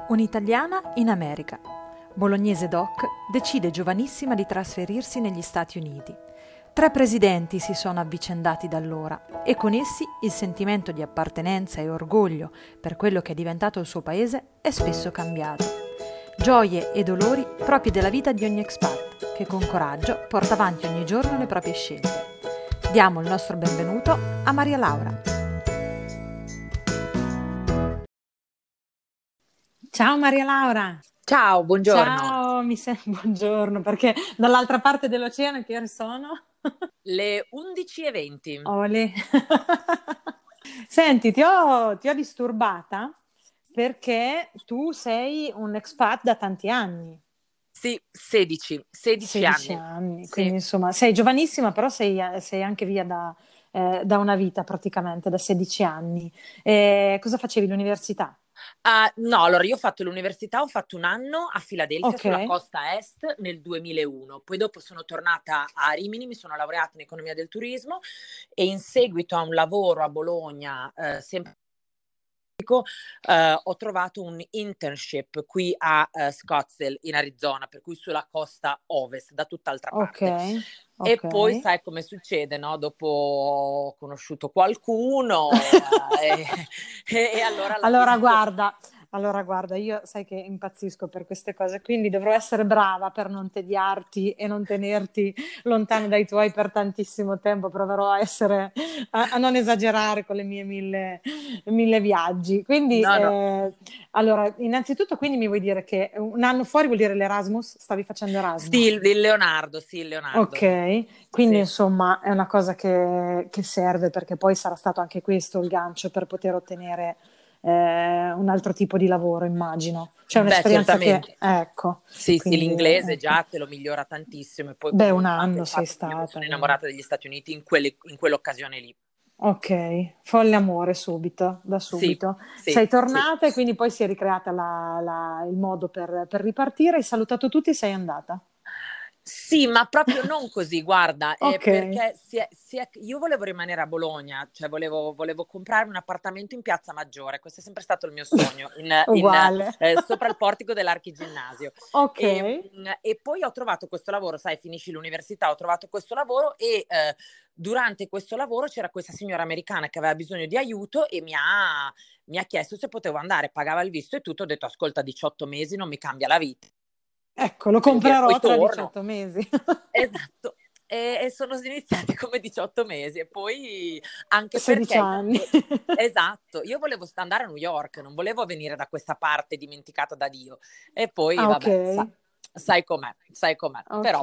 Un'italiana in America. Bolognese doc decide giovanissima di trasferirsi negli Stati Uniti. 3 presidenti si sono avvicendati da allora e con essi il sentimento di appartenenza e orgoglio per quello che è diventato il suo paese è spesso cambiato. Gioie e dolori propri della vita di ogni expat che con coraggio porta avanti ogni giorno le proprie scelte. Diamo il nostro benvenuto a Maria Laura. Ciao Maria Laura. Ciao, buongiorno. Ciao, buongiorno, perché dall'altra parte dell'oceano che ore sono? Le 11:20. Ole. Senti, ti ho disturbata perché tu sei un expat da tanti anni. Sì, 16 16 anni. anni, Sì. quindi insomma sei giovanissima, però sei anche via da una vita praticamente, da 16 anni. Cosa facevi all'università? No, allora io ho fatto l'università, ho fatto un anno a Filadelfia Ok. sulla costa est nel 2001, poi dopo sono tornata a Rimini, mi sono laureata in economia del turismo e in seguito a un lavoro a Bologna, sempre ho trovato un internship qui a Scottsdale in Arizona, per cui sulla costa ovest, da tutt'altra parte. E poi sai come succede, no? Dopo ho conosciuto qualcuno e allora alla fine... Allora guarda, io sai che impazzisco per queste cose, quindi dovrò essere brava per non tediarti e non tenerti lontano dai tuoi per tantissimo tempo, proverò a non esagerare con le mie mille viaggi. Quindi, No. allora, innanzitutto quindi mi vuoi dire che un anno fuori vuol dire l'Erasmus? Stavi facendo Sì, Erasmus? il Leonardo, sì, il Leonardo. Ok, quindi Sì. insomma è una cosa che serve perché poi sarà stato anche questo il gancio per poter ottenere un altro tipo di lavoro, immagino. C'è Beh, un'esperienza certamente. ecco, Sì, quindi l'inglese ecco. già te lo migliora tantissimo e poi Beh, un comunque anche anno il sei fatto che io mi stata, sono quindi. innamorata degli Stati Uniti in quell'occasione lì. Ok, folle amore subito, da Sì, subito. sì, Sei sì. tornata e quindi poi si è ricreata il modo per ripartire, hai salutato tutti e sei andata. Sì, ma proprio non così, guarda, Ok, perché io volevo rimanere a Bologna, cioè volevo comprare un appartamento in Piazza Maggiore, questo è sempre stato il mio sogno, uguale. sopra il portico dell'Archiginnasio. Ok. E poi ho trovato questo lavoro, sai, finisci l'università, ho trovato questo lavoro e durante questo lavoro c'era questa signora americana che aveva bisogno di aiuto e mi ha chiesto se potevo andare, pagava il visto e tutto, ho detto ascolta, 18 mesi non mi cambia la vita. Ecco, lo Voglio dire, poi comprerò tra torno. 18 mesi. Esatto. E sono iniziati come 18 mesi e poi anche 16 perché anni. esatto, io volevo andare a New York, non volevo venire da questa parte dimenticata da Dio. E poi, Ah, ok. vabbè, sai com'è. Ok. Però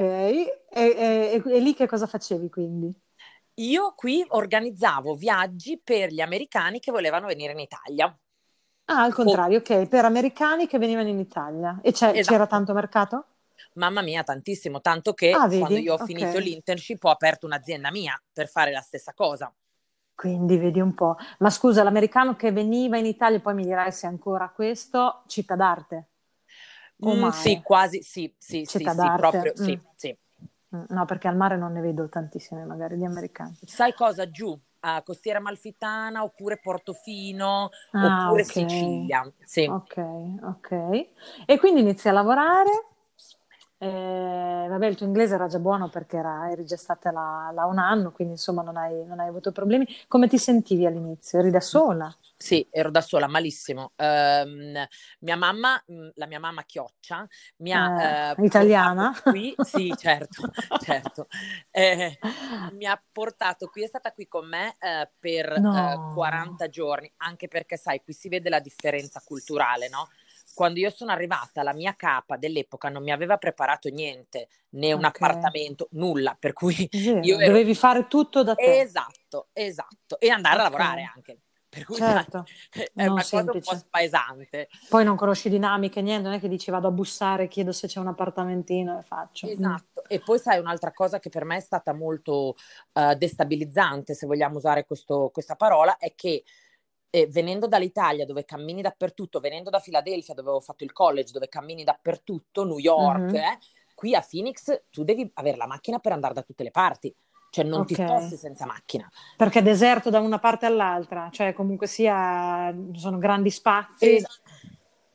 E lì che cosa facevi quindi? io qui organizzavo viaggi per gli americani che volevano venire in Italia. Ah, al contrario, ok, per americani che venivano in Italia. E c'era Esatto. tanto mercato? Mamma mia, tantissimo, tanto che Ah, quando vedi? io ho Ok. finito l'internship ho aperto un'azienda mia per fare la stessa cosa. Quindi vedi un po'. Ma scusa, l'americano che veniva in Italia, poi mi dirai se è ancora questo, città d'arte o Sì, mare? quasi, sì, Città d'arte. proprio, sì, sì. No, perché al mare non ne vedo tantissimi, magari di americani. Sai cosa? Giù, a Costiera Amalfitana, oppure Portofino, Ah, oppure ok, Sicilia, sì. ok, ok. E quindi inizi a lavorare. Vabbè, il tuo inglese era già buono perché eri già stata là un anno, quindi insomma non hai avuto problemi. Come ti sentivi all'inizio? Eri da sola? Sì, ero da sola, malissimo. Mia mamma, la mia mamma Chioccia, mi ha portato Italiana? qui, sì, certo, certo, eh, mi ha portato qui, è stata qui con me per No. 40 giorni, anche perché, sai, qui si vede la differenza culturale, no? Quando io sono arrivata, la mia capa dell'epoca non mi aveva preparato niente, né un Ok. appartamento, nulla, per cui io Zero. ero... Dovevi fare tutto da te. Esatto, esatto, e andare a Ok. lavorare anche. Per cui, sai, Certo, è non una cosa un po' semplice. spaesante. Poi non conosci dinamiche, niente, non è che dici vado a bussare, chiedo se c'è un appartamentino e faccio. Esatto. E poi, sai, un'altra cosa che per me è stata molto destabilizzante, se vogliamo usare questa parola, è che venendo dall'Italia dove cammini dappertutto, venendo da Filadelfia dove avevo fatto il college, dove cammini dappertutto, New York, Mhm. qui a Phoenix tu devi avere la macchina per andare da tutte le parti, cioè non ti Ok, sposti senza macchina. perché è deserto da una parte all'altra, cioè comunque sia, sono grandi spazi. Es-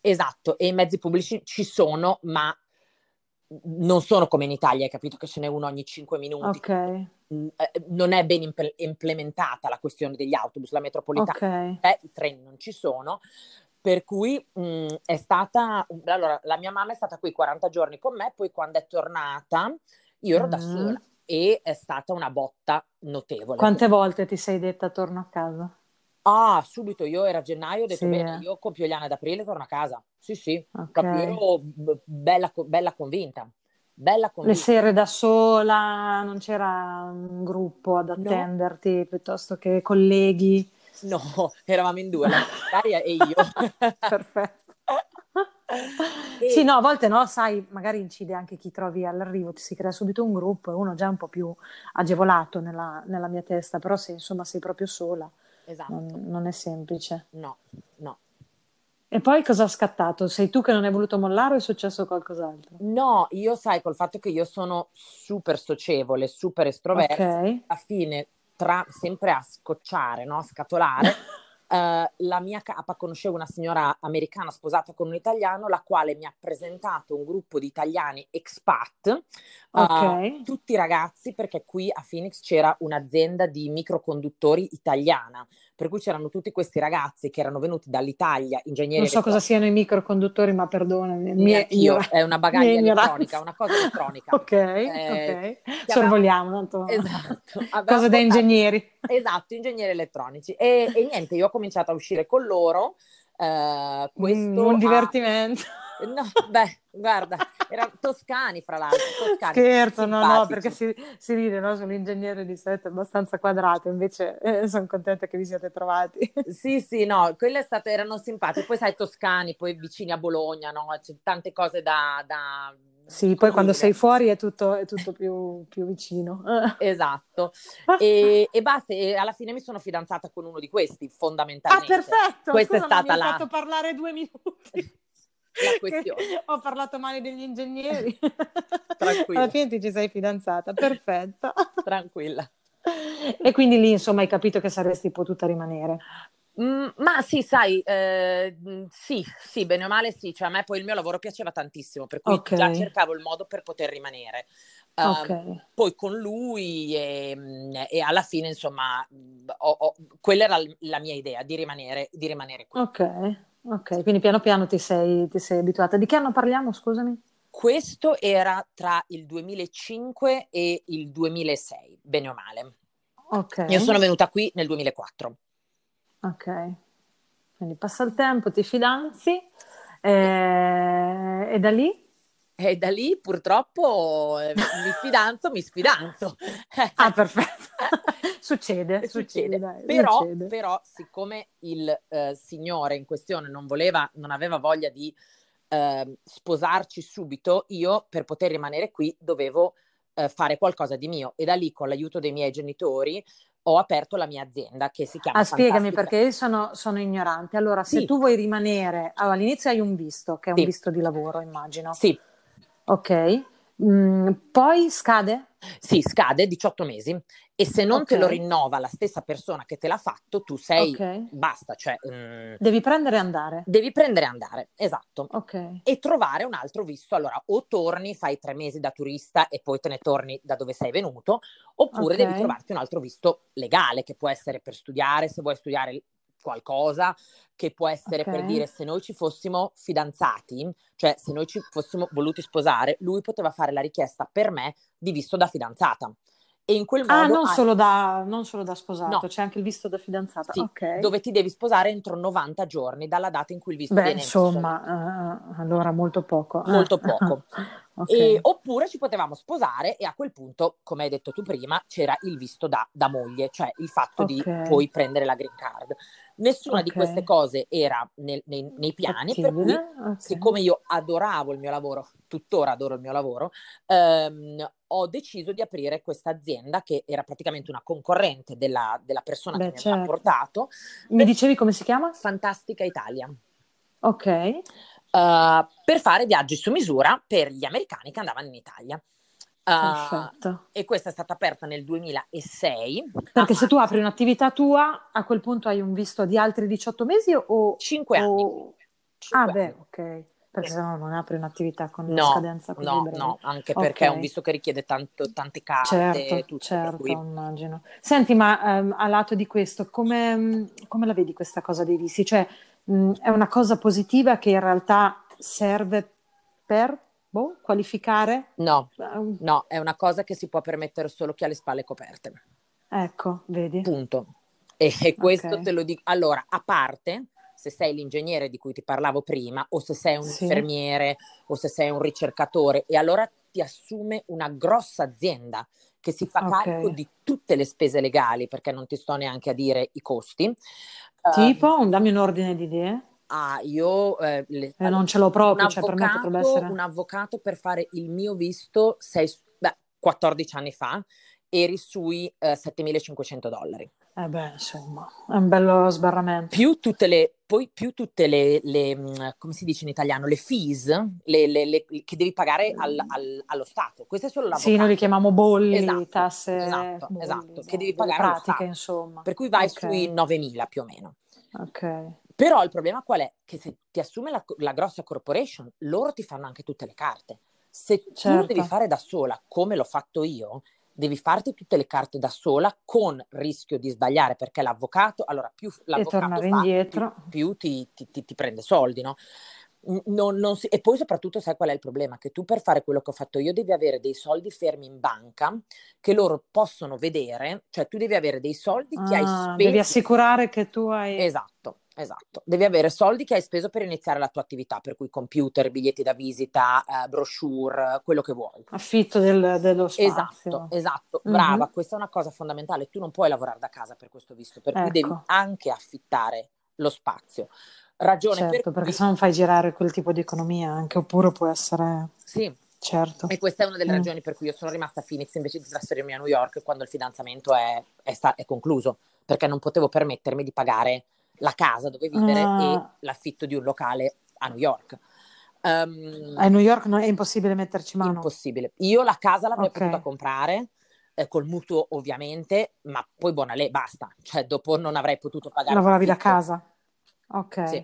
Esatto, e i mezzi pubblici ci sono, ma non sono come in Italia, hai capito che ce n'è uno ogni 5 minuti. Ok. Non è ben implementata la questione degli autobus, la metropolitana, i treni non ci sono, per cui è stata... Allora, la mia mamma è stata qui 40 giorni con me, poi quando è tornata io ero da sola e è stata una botta notevole. Quante volte ti sei detta torno a casa? Ah, subito, io era gennaio, ho detto bene, io compio gli anni ad aprile, torno a casa. Sì, proprio ero bella convinta. Le sere da sola, non c'era un gruppo ad attenderti piuttosto che colleghi? No, eravamo in 2, la segretaria e io. Perfetto. Sì, no, a volte no, sai, magari incide anche chi trovi all'arrivo, ti si crea subito un gruppo e uno già è un po' più agevolato nella mia testa, però se insomma sei proprio sola, esatto. non è semplice. No. E poi cosa ha scattato? Sei tu che non hai voluto mollare o è successo qualcos'altro? No, io sai, col fatto che io sono super socievole, super estroversa, alla fine, sempre a scocciare, no? A scatolare, la mia capa conosceva una signora americana sposata con un italiano, la quale mi ha presentato un gruppo di italiani expat, tutti ragazzi, perché qui a Phoenix c'era un'azienda di microconduttori italiana, per cui c'erano tutti questi ragazzi che erano venuti dall'Italia, ingegneri. Non so cosa siano i microconduttori, ma perdonami. Neanch'io, è una bagaglia elettronica, una cosa elettronica. Ok. Sorvoliamo, tanto. Esatto. Cose da ingegneri. Esatto, ingegneri elettronici. E niente, io ho cominciato a uscire con loro. Un divertimento. No, beh, guarda, erano toscani fra l'altro. Scherzo, no, perché si ride, no? Sull'ingegnere di solito è abbastanza quadrato, invece sono contenta che vi siete trovati. Sì, no, quelle erano simpatiche. Poi sai, toscani, poi vicini a Bologna, no? C'è tante cose da sì, poi quando sei fuori è tutto più vicino. Esatto. E basta, e alla fine mi sono fidanzata con uno di questi, fondamentalmente. Ah, perfetto! Questa scusa, è stata mi hai fatto parlare 2 minuti. La questione. Ho parlato male degli ingegneri. Tranquilla. Alla fine ti ci sei fidanzata, perfetto. Tranquilla. E quindi lì, insomma, hai capito che saresti potuta rimanere. Ma sì, sai, sì, bene o male sì, cioè a me poi il mio lavoro piaceva tantissimo, per cui già cercavo il modo per poter rimanere. Poi con lui e alla fine, insomma, quella era la mia idea, di rimanere qui. Ok, quindi piano piano ti sei abituata. Di che anno parliamo, scusami? Questo era tra il 2005 e il 2006, bene o male. Ok. Io sono venuta qui nel 2004. Ok, quindi passa il tempo, ti fidanzi e da lì? E da lì purtroppo mi sfidanzo. Ah, perfetto. Succede. Dai, però siccome il signore in questione non aveva voglia di sposarci subito, io per poter rimanere qui dovevo fare qualcosa di mio, e da lì con l'aiuto dei miei genitori ho aperto la mia azienda che si chiama spiegami, perché io sono ignorante. Allora, se tu vuoi rimanere, all'inizio hai un visto, che è un visto di lavoro, immagino. Sì. Ok. Poi scade? Sì, scade 18 mesi, e se non te lo rinnova la stessa persona che te l'ha fatto, tu sei, basta, cioè... devi prendere e andare. Devi prendere e andare, esatto. Ok. E trovare un altro visto. Allora, o torni, fai 3 mesi da turista e poi te ne torni da dove sei venuto, oppure devi trovarti un altro visto legale, che può essere per studiare, se vuoi studiare qualcosa, che può essere per dire, se noi ci fossimo fidanzati, cioè se noi ci fossimo voluti sposare, lui poteva fare la richiesta per me di visto da fidanzata. E in quel modo non solo da sposato, no, c'è anche il visto da fidanzata. Sì, dove ti devi sposare entro 90 giorni dalla data in cui il visto viene insomma, allora molto poco. Molto poco. Oppure ci potevamo sposare e a quel punto, come hai detto tu prima, c'era il visto da moglie, cioè il fatto di poi prendere la green card. Nessuna di queste cose era nei piani, per cui siccome io adoravo il mio lavoro, tuttora adoro il mio lavoro, ho deciso di aprire questa azienda che era praticamente una concorrente della persona che mi aveva portato. Mi dicevi come si chiama? Fantastica Italia. Ok. Per fare viaggi su misura per gli americani che andavano in Italia. Perfetto. E questa è stata aperta nel 2006. Perché se tu apri un'attività tua, a quel punto hai un visto di altri 18 mesi o 5 anni. Ah 5 beh, anni. ok, perché se no non apri un'attività con una No, scadenza così no, breve. no, anche perché è un Ok, visto che richiede tante carte, certo, tutto, per certo, cui immagino. Senti, ma a lato di questo, come la vedi questa cosa dei visti? Cioè, è una cosa positiva che in realtà serve per, boh, qualificare? no, Ehm, no, è una cosa che si può permettere solo chi ha le spalle coperte. ecco, vedi? Punto. E Ok, questo te lo dico. Allora, a parte se sei l'ingegnere di cui ti parlavo prima, o se sei un sì, infermiere, o se sei un ricercatore, e allora ti assume una grossa azienda che si fa ok. carico di tutte le spese legali, perché non ti sto neanche a dire i costi. Tipo, dammi un ordine di idee. Io Non allora, ce l'ho proprio, cioè per me potrebbe un essere... avvocato per fare il mio visto 14 anni fa eri sui $7.500. Eh beh, insomma, è un bello sbarramento. Più tutte come si dice in italiano, le fees che devi pagare allo Stato. Questo è solo Sì, noi li l'avvocato. chiamiamo bolli, Esatto, tasse, esatto, bolli, esatto, che devi delle pagare allo pratiche, Stato. insomma. Per cui vai sui Ok, 9.000 più o meno. ok, Però il problema qual è? Che se ti assume la grossa corporation, loro ti fanno anche tutte le carte. Se tu lo devi certo. fare da sola, come l'ho fatto io, devi farti tutte le carte da sola con rischio di sbagliare, perché l'avvocato, allora più E l'avvocato tornare fa, più, indietro. più ti prende soldi, no? E poi soprattutto sai qual è il problema? Che tu per fare quello che ho fatto io devi avere dei soldi fermi in banca che loro possono vedere, cioè tu devi avere dei soldi che hai Ah, devi speso. assicurare che tu hai Esatto, esatto. Devi avere soldi che hai speso per iniziare la tua attività, per cui computer, biglietti da visita, brochure, quello che vuoi. affitto dello Esatto, spazio. esatto, brava, Mhm. questa è una cosa fondamentale. Tu non puoi lavorare da casa per questo visto, per cui devi Ecco, anche affittare lo spazio. Ragione per certo, perché cui, se non fai girare quel tipo di economia anche, oppure può essere... sì, Certo. e questa è una delle Mm. ragioni per cui io sono rimasta a Phoenix invece di trasferirmi a New York quando il fidanzamento è concluso, perché non potevo permettermi di pagare la casa dove vivere e Ah, l'affitto di un locale a New York. a New York è impossibile metterci mano. Impossibile. Io la casa l'avrei Ok, potuta comprare col mutuo ovviamente, ma poi buona lei, basta. Cioè dopo non avrei potuto pagare lavoravi da l'affitto. casa. Ok. Sì.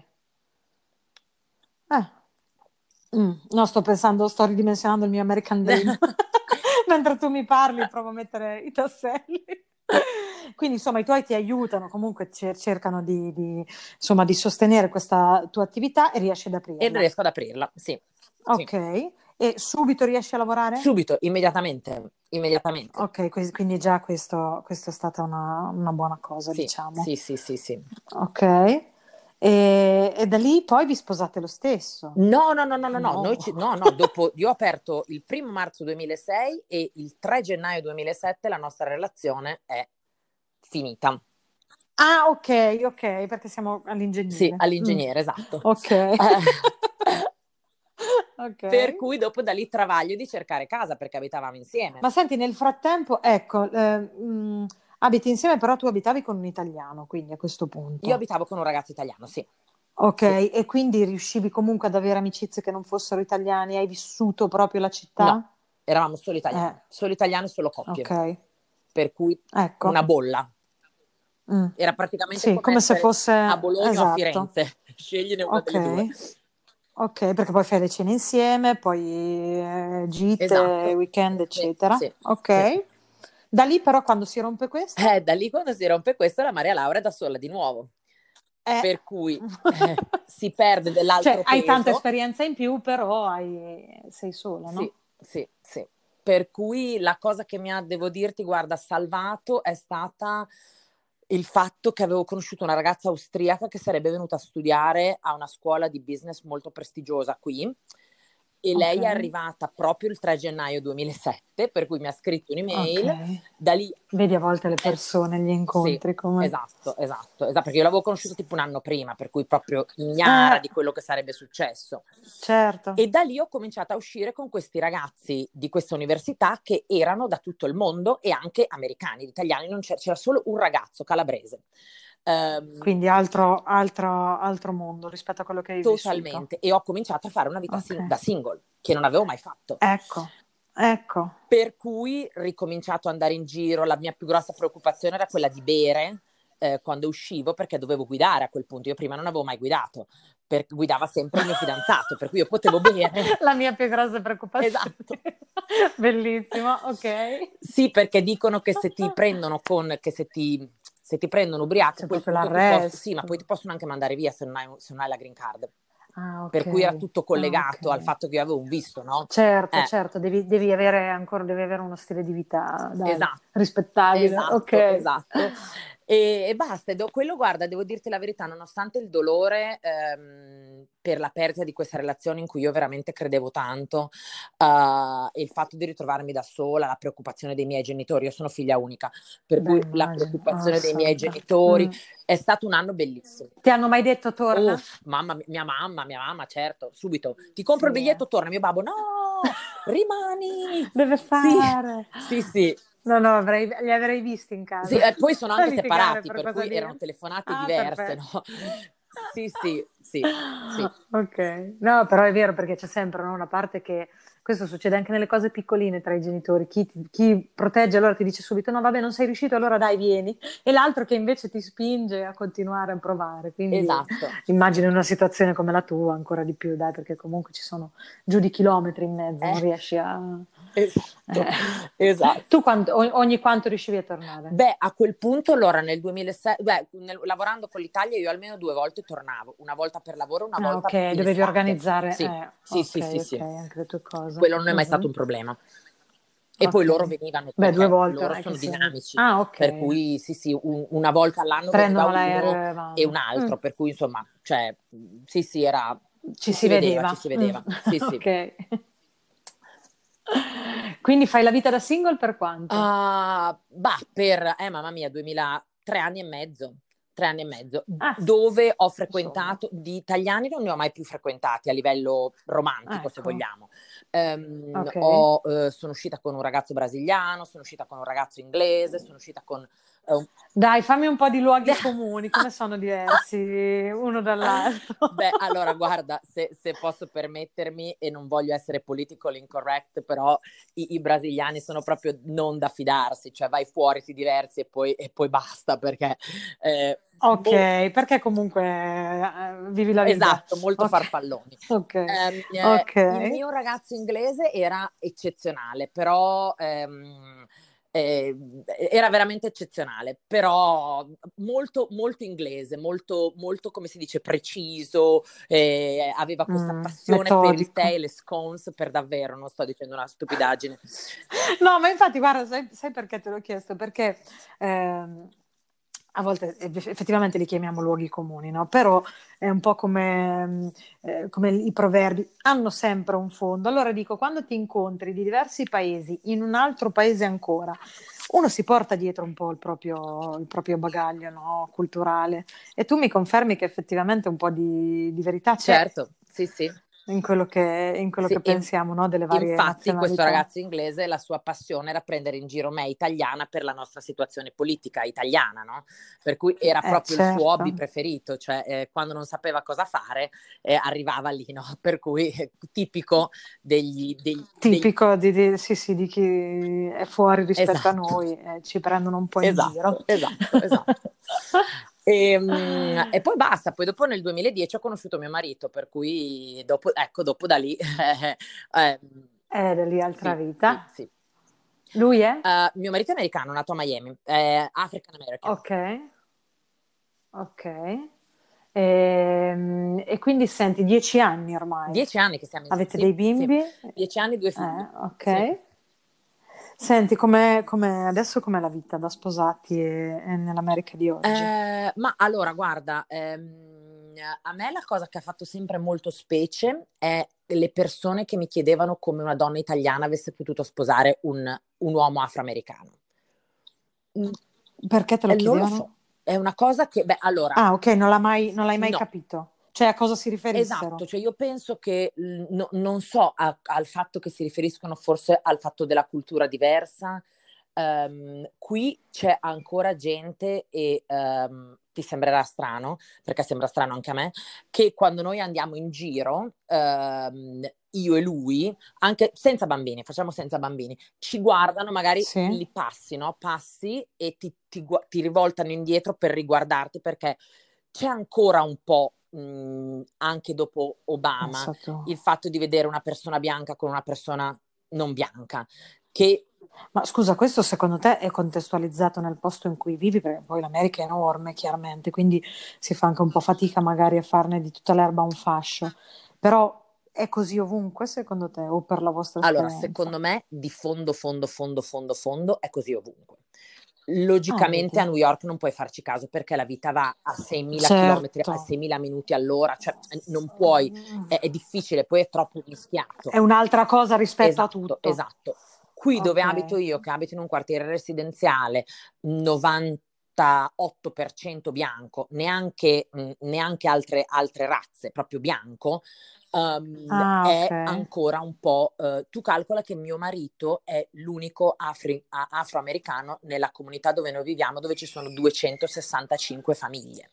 Eh, no, sto pensando, sto ridimensionando il mio American Dream. Mentre tu mi parli, provo a mettere i tasselli. Quindi, insomma, i tuoi ti aiutano, comunque cercano insomma, di sostenere questa tua attività e riesci ad E aprirla. riesco ad aprirla, sì. Sì. Ok, e subito riesci a lavorare? Subito, immediatamente, immediatamente. Ok, quindi già questo è stata una buona cosa, Sì, diciamo. sì, sì, sì, sì. Ok, e da lì poi vi sposate lo stesso? No, no, no, no, no, no, No. no, no, dopo io ho aperto il 1° marzo 2006 e il 3 gennaio 2007 la nostra relazione è finita. Ah, ok, ok, perché siamo Sì, all'ingegnere. all'ingegnere, esatto. Ok. Ok. Per cui dopo da lì travaglio di cercare casa perché abitavamo insieme. Ma senti, nel frattempo, ecco, abiti insieme, però tu abitavi con un italiano, quindi a questo Io punto. abitavo con un ragazzo italiano, sì, Ok, sì. e quindi riuscivi comunque ad avere amicizie che non fossero italiani? Hai vissuto proprio la No, città? eravamo Eh, solo italiani e solo coppie, ok, per cui una ecco. bolla. Mm. Era praticamente Sì, come come se essere a fosse... Bologna o a Esatto. Firenze, scegliene una delle due. Ok, ok, perché poi fai le cene insieme, poi gite, Esatto, weekend, sì, eccetera. sì, sì. Ok. Da lì però quando si rompe questo? Da lì quando si rompe questo la Maria Laura è da sola di nuovo, Eh. per cui si perde Cioè, dell'altro hai tanta peso. esperienza in più, però sei sola, Sì, no? sì, sì. Per cui la cosa che mi ha, devo dirti, guarda, salvato è stata il fatto che avevo conosciuto una ragazza austriaca che sarebbe venuta a studiare a una scuola di business molto prestigiosa qui e Ok, lei è arrivata proprio il 3 gennaio 2007, per cui mi ha scritto ok. un'email, da lì Vedi a volte le è- persone, gli sì, incontri come... esatto, esatto, esatto, perché io l'avevo conosciuta tipo un anno prima, per cui proprio ignara Eh, di quello che sarebbe successo. certo. E da lì ho cominciato a uscire con questi ragazzi di questa università che erano da tutto il mondo e anche americani, italiani, non c'era solo un ragazzo calabrese. Ehm, Quindi altro mondo rispetto a quello che hai vissuto. Totalmente. E ho cominciato a fare una vita Ok. da single, che non avevo mai fatto. Ecco, ecco. Per cui ricominciato ad andare in giro, la mia più grossa preoccupazione era quella di bere, quando uscivo, perché dovevo guidare a quel punto. Io prima non avevo mai guidato, guidava sempre il mio fidanzato, per cui io potevo bere. La mia più grossa preoccupazione. Esatto. Bellissimo, ok. Sì, perché dicono che se ti prendono se ti prendono ubriaco, c'è quel proprio punto l'arresto. sì, ma poi ti possono anche mandare via se non hai la green card. Ah, okay. Per cui era tutto collegato okay. al fatto che io avevo un visto, no? Certo, devi avere uno stile di vita, dai, Esatto. rispettabile. Esatto. E basta, quello, guarda, devo dirti la verità, nonostante il dolore per la perdita di questa relazione in cui io veramente credevo tanto, e il fatto di ritrovarmi da sola, la preoccupazione dei miei genitori, io sono figlia unica, per cui la preoccupazione dei miei genitori, è stato un anno bellissimo. Ti hanno mai detto torna? Mia mamma, certo, subito, ti compro il biglietto, torna. Mio babbo, no, rimani! Deve fare. Sì. No, li avrei visti in casa. Sì, poi sono anche separati, per cui erano telefonate diverse, no? Sì. Ok, no, però è vero, perché c'è sempre, no, una parte che questo succede anche nelle cose piccoline tra i genitori, chi protegge allora ti dice subito no vabbè non sei riuscito allora dai vieni, e l'altro che invece ti spinge a continuare a provare, quindi Esatto. immagino una situazione come la tua ancora di più, dai, perché comunque ci sono giù di chilometri in mezzo, non riesci a... Esatto. Tu ogni quanto riuscivi a tornare? Beh, a quel punto allora nel 2006, lavorando con l'Italia io almeno 2 volte tornavo, una volta per lavoro, una volta ok, in dovevi estate. organizzare. Sì. Ok, anche le tue cose. Quello non è mai stato un problema. E poi loro venivano, Beh, 2 perché volte, loro sono dinamici, ok. per cui sì, una volta all'anno Prendono veniva l'aereo uno e vanno. e un altro, per cui insomma, cioè, sì, era... Ci si vedeva. Sì. Ok. Quindi fai la vita da single per quanto? Mamma mia, 3 anni e mezzo. 3 anni e mezzo, dove ho frequentato, di italiani non ne ho mai più frequentati a livello romantico, se vogliamo. Sono uscita con un ragazzo brasiliano, sono uscita con un ragazzo inglese, sono uscita con... Dai, fammi un po' di luoghi comuni, come sono diversi uno dall'altro? Beh, allora, guarda, se posso permettermi, e non voglio essere politically incorrect, però i brasiliani sono proprio non da fidarsi, cioè vai fuori, ti diversi e poi basta, perché... perché comunque vivi la vita. Esatto, molto farfalloni. Il mio ragazzo inglese era eccezionale, però... era veramente eccezionale, però molto, molto inglese, molto, molto, come si dice, preciso, aveva questa passione metodico. per il tè e le scones, per davvero, non sto dicendo una stupidaggine. No, ma infatti, guarda, sai perché te l'ho chiesto? Perché a volte effettivamente li chiamiamo luoghi comuni, no? Però è un po' come i proverbi, hanno sempre un fondo. Allora dico, quando ti incontri di diversi paesi in un altro paese ancora, uno si porta dietro un po' il proprio bagaglio, no? Culturale, e tu mi confermi che effettivamente un po' di verità c'è. Certo, sì. In quello che pensiamo, no? Delle varie infatti nazionalità. Questo ragazzo inglese, la sua passione era prendere in giro me italiana per la nostra situazione politica italiana, no? Per cui era proprio il suo hobby preferito, cioè quando non sapeva cosa fare arrivava lì, no? Per cui tipico tipico di chi è fuori rispetto a noi, ci prendono un po' in giro. Esatto. E poi basta, poi dopo nel 2010 ho conosciuto mio marito, per cui dopo da lì... da lì altra vita. Sì. Lui è? Mio marito è americano, nato a Miami, è African American. Ok. E quindi senti, 10 anni ormai? 10 anni che siamo insieme. Avete dei bimbi? 10 anni, 2 figli. Ok. Sì. Senti, adesso com'è la vita da sposati e nell'America di oggi? Ma allora, guarda, a me la cosa che ha fatto sempre molto specie è le persone che mi chiedevano come una donna italiana avesse potuto sposare un uomo afroamericano. Perché te lo chiedevano? Non lo so, è una cosa che, allora... Ah, ok, non l'hai mai capito? Cioè, a cosa si riferissero? Esatto, cioè io penso che non so al fatto che si riferiscono forse al fatto della cultura diversa, Qui c'è ancora gente e ti sembrerà strano, perché sembra strano anche a me, che quando noi andiamo in giro, io e lui, anche senza bambini, facciamo senza bambini, ci guardano, magari li passi, no? Passi e ti rivoltano indietro per riguardarti, perché c'è ancora un po', anche dopo Obama, il fatto di vedere una persona bianca con una persona non bianca, che... Ma scusa, questo secondo te è contestualizzato nel posto in cui vivi? Perché poi l'America è enorme, chiaramente, quindi si fa anche un po' fatica magari a farne di tutta l'erba un fascio. Però è così ovunque, secondo te, o per la vostra Allora, esperienza? secondo me, di fondo è così ovunque. Logicamente a New York non puoi farci caso, perché la vita va a 6.000 chilometri, a 6.000 minuti all'ora, cioè non puoi, è difficile, poi è troppo mischiato. È un'altra cosa rispetto a tutto. Esatto. Qui dove abito io, che abito in un quartiere residenziale, 98% bianco, neanche altre razze, proprio bianco, è ancora un po'... tu calcola che mio marito è l'unico afroamericano nella comunità dove noi viviamo, dove ci sono 265 famiglie.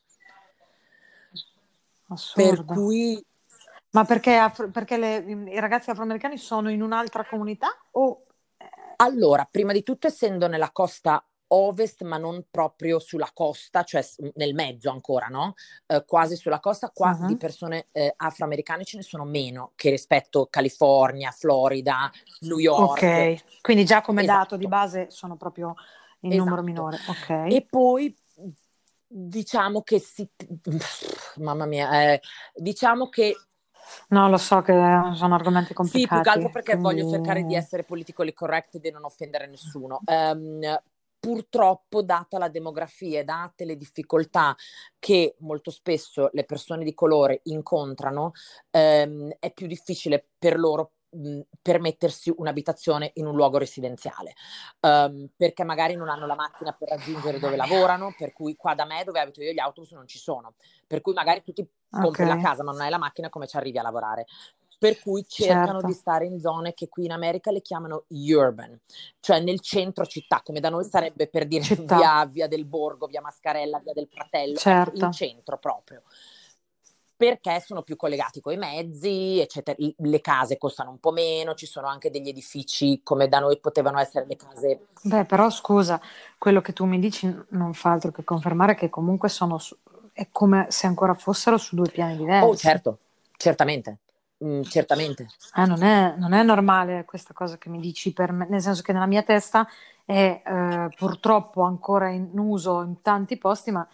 Assurdo. Per cui... Ma perché i ragazzi afroamericani sono in un'altra comunità o... Allora, prima di tutto, essendo nella costa ovest, ma non proprio sulla costa, cioè nel mezzo ancora, no? Quasi sulla costa, qua di persone afroamericane ce ne sono meno che rispetto a California, Florida, New York. Ok, quindi già come dato di base sono proprio in numero minore. Ok. E poi diciamo che mamma mia, diciamo che... No, lo so che sono argomenti complicati. Sì, più che altro perché voglio cercare di essere politically correct e di non offendere nessuno. Purtroppo, data la demografia e date le difficoltà che molto spesso le persone di colore incontrano, è più difficile per loro permettersi un'abitazione in un luogo residenziale, perché magari non hanno la macchina per raggiungere dove lavorano, per cui qua da me, dove abito io, gli autobus non ci sono, per cui magari tu ti compri la casa ma non hai la macchina, come ci arrivi a lavorare? Per cui cercano di stare in zone che qui in America le chiamano urban, cioè nel centro città, come da noi sarebbe, per dire, via del Borgo, via Mascarella, via del Fratello, in centro proprio, perché sono più collegati coi mezzi, eccetera. Le case costano un po' meno, ci sono anche degli edifici come da noi potevano essere le case. Beh, però scusa, quello che tu mi dici non fa altro che confermare che comunque è come se ancora fossero su due piani diversi. Oh, certo, certamente. Certamente. Non è normale questa cosa che mi dici, per me, nel senso che nella mia testa è purtroppo ancora in uso in tanti posti, ma